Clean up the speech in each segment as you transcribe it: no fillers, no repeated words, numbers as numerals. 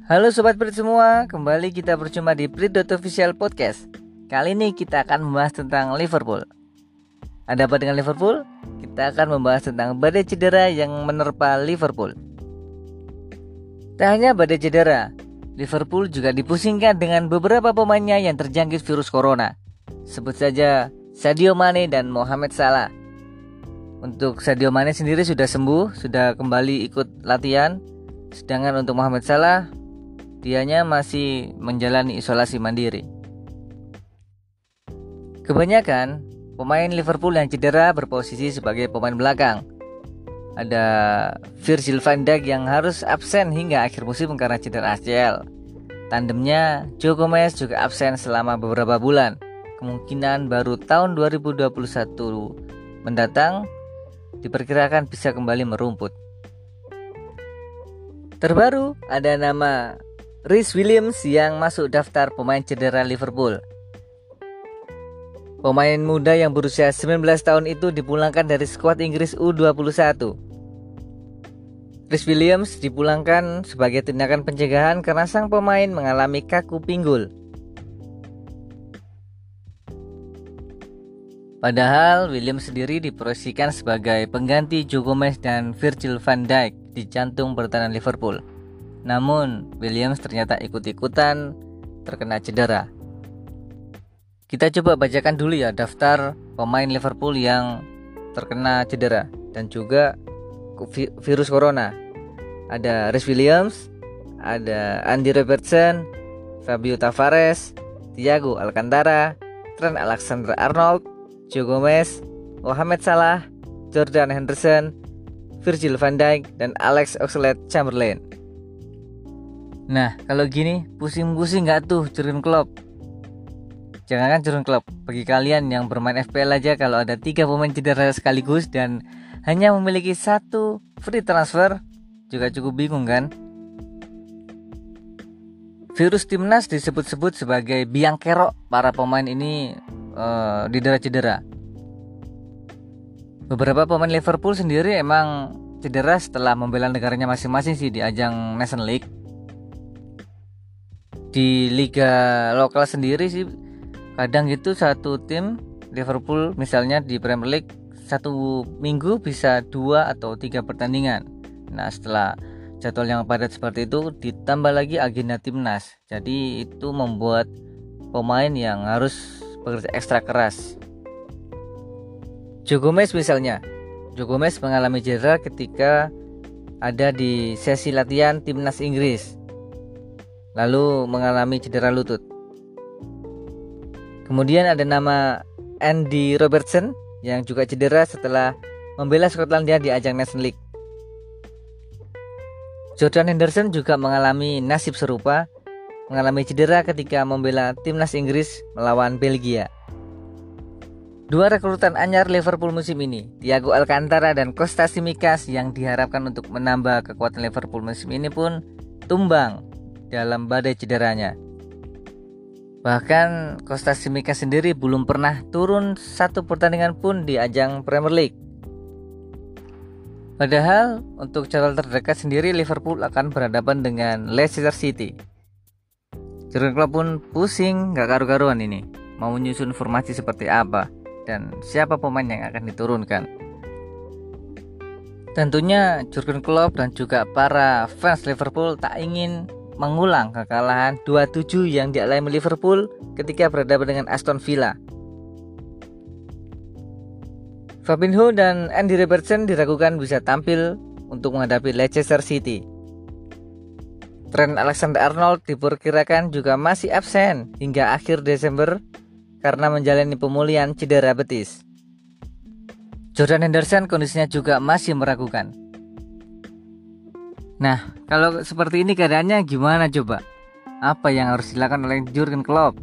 Halo Sobat Prit semua, kembali kita berjumpa di Prit.official Podcast. Kali ini kita akan membahas tentang Liverpool. Ada apa dengan Liverpool? Kita akan membahas tentang badai cedera yang menerpa Liverpool. Tak hanya badai cedera, Liverpool juga dipusingkan dengan beberapa pemainnya yang terjangkit virus corona. Sebut saja Sadio Mane dan Mohamed Salah. Untuk Sadio Mane sendiri sudah sembuh, sudah kembali ikut latihan. Sedangkan untuk Mohamed Salah, dianya masih menjalani isolasi mandiri. Kebanyakan pemain Liverpool yang cedera berposisi sebagai pemain belakang. Ada Virgil van Dijk yang harus absen hingga akhir musim karena cedera ACL. Tandemnya Joe Gomez juga absen selama beberapa bulan. Kemungkinan baru tahun 2021 mendatang diperkirakan bisa kembali merumput. Terbaru ada nama Rhys Williams yang masuk daftar pemain cedera Liverpool. Pemain muda yang berusia 19 tahun itu dipulangkan dari skuad Inggris U21. Rhys Williams dipulangkan sebagai tindakan pencegahan karena sang pemain mengalami kaku pinggul. Padahal Williams sendiri diproyeksikan sebagai pengganti Joe Gomez dan Virgil van Dijk di jantung pertahanan Liverpool. Namun Williams ternyata ikut-ikutan terkena cedera. Kita coba bacakan dulu ya daftar pemain Liverpool yang terkena cedera dan juga virus corona. Ada Rhys Williams, ada Andy Robertson, Fabio Tavares, Thiago Alcantara, Trent Alexander-Arnold, Joe Gomez, Mohamed Salah, Jordan Henderson, Virgil van Dijk, dan Alex Oxlade-Chamberlain. Nah, kalau gini pusing-pusing gak tuh Jurgen Klopp? Jangankan Jurgen Klopp, bagi kalian yang bermain FPL aja, kalau ada 3 pemain cedera sekaligus dan hanya memiliki 1 free transfer juga cukup bingung kan? Virus timnas disebut-sebut sebagai biang kerok para pemain ini didera cedera. Beberapa pemain Liverpool sendiri emang cedera setelah membela negaranya masing-masing sih di ajang National League. Di liga lokal sendiri sih kadang gitu satu tim Liverpool misalnya di Premier League satu minggu bisa 2 atau 3 pertandingan. Nah, setelah jadwal yang padat seperti itu ditambah lagi agenda timnas, jadi itu membuat pemain yang harus bekerja ekstra keras. Joe Gomez misalnya, Joe Gomez mengalami cedera ketika ada di sesi latihan timnas Inggris, lalu mengalami cedera lutut. Kemudian ada nama Andy Robertson yang juga cedera setelah membela Skotlandia di ajang Nations League. Jordan Henderson juga mengalami nasib serupa, mengalami cedera ketika membela timnas Inggris melawan Belgia. 2 rekrutan anyar Liverpool musim ini, Thiago Alcantara dan Kostas Tsimikas yang diharapkan untuk menambah kekuatan Liverpool musim ini pun tumbang dalam badai cederanya. Bahkan Kostas Tsimikas sendiri belum pernah turun 1 pertandingan pun di ajang Premier League. Padahal untuk jadwal terdekat sendiri Liverpool akan berhadapan dengan Leicester City. Jurgen Klopp pun pusing gak karu-karuan ini, mau menyusun formasi seperti apa dan siapa pemain yang akan diturunkan. Tentunya Jurgen Klopp dan juga para fans Liverpool tak ingin mengulang kekalahan 2-7 yang dialami Liverpool ketika berhadapan dengan Aston Villa. Fabinho dan Andy Robertson diragukan bisa tampil untuk menghadapi Leicester City. Trent Alexander-Arnold diperkirakan juga masih absen hingga akhir Desember karena menjalani pemulihan cedera betis. Jordan Henderson kondisinya juga masih meragukan. Nah, kalau seperti ini keadaannya gimana coba? Apa yang harus dilakukan oleh Jurgen Klopp?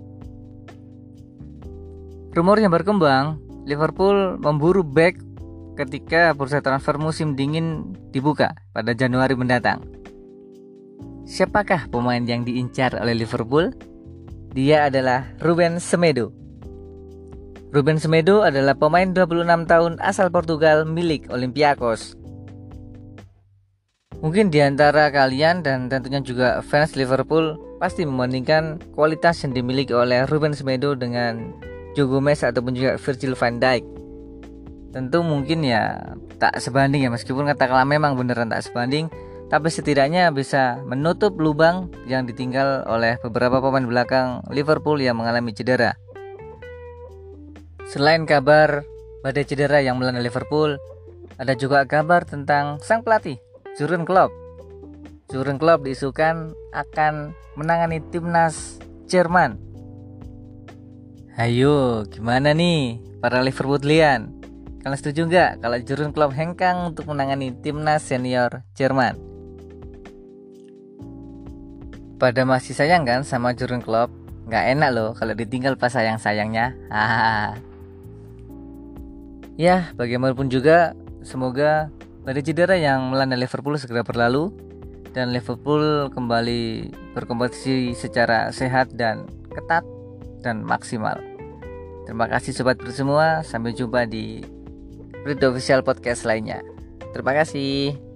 Rumor yang berkembang, Liverpool memburu bek ketika bursa transfer musim dingin dibuka pada Januari mendatang. Siapakah pemain yang diincar oleh Liverpool? Dia adalah Ruben Semedo. Ruben Semedo adalah pemain 26 tahun asal Portugal milik Olympiakos. Mungkin di antara kalian dan tentunya juga fans Liverpool pasti membandingkan kualitas yang dimiliki oleh Ruben Semedo dengan Joe Gomez ataupun juga Virgil van Dijk. Tentu mungkin ya tak sebanding ya, meskipun katakanlah memang beneran tak sebanding, tapi setidaknya bisa menutup lubang yang ditinggal oleh beberapa pemain belakang Liverpool yang mengalami cedera. Selain kabar badai cedera yang melanda Liverpool, ada juga kabar tentang sang pelatih Jurgen Klopp. Jurgen Klopp diisukan akan menangani timnas Jerman. Ayo, gimana nih para Liverpoolian? Kalian setuju nggak kalau Jurgen Klopp hengkang untuk menangani timnas senior Jerman? Pada masih sayang kan sama Jurgen Klopp? Nggak enak loh kalau ditinggal pas sayang-sayangnya. Ya, bagaimanapun juga, semoga badai cedera yang melanda Liverpool segera berlalu dan Liverpool kembali berkompetisi secara sehat dan ketat dan maksimal. Terima kasih sobat semua, sampai jumpa di Berita Official Podcast lainnya. Terima kasih.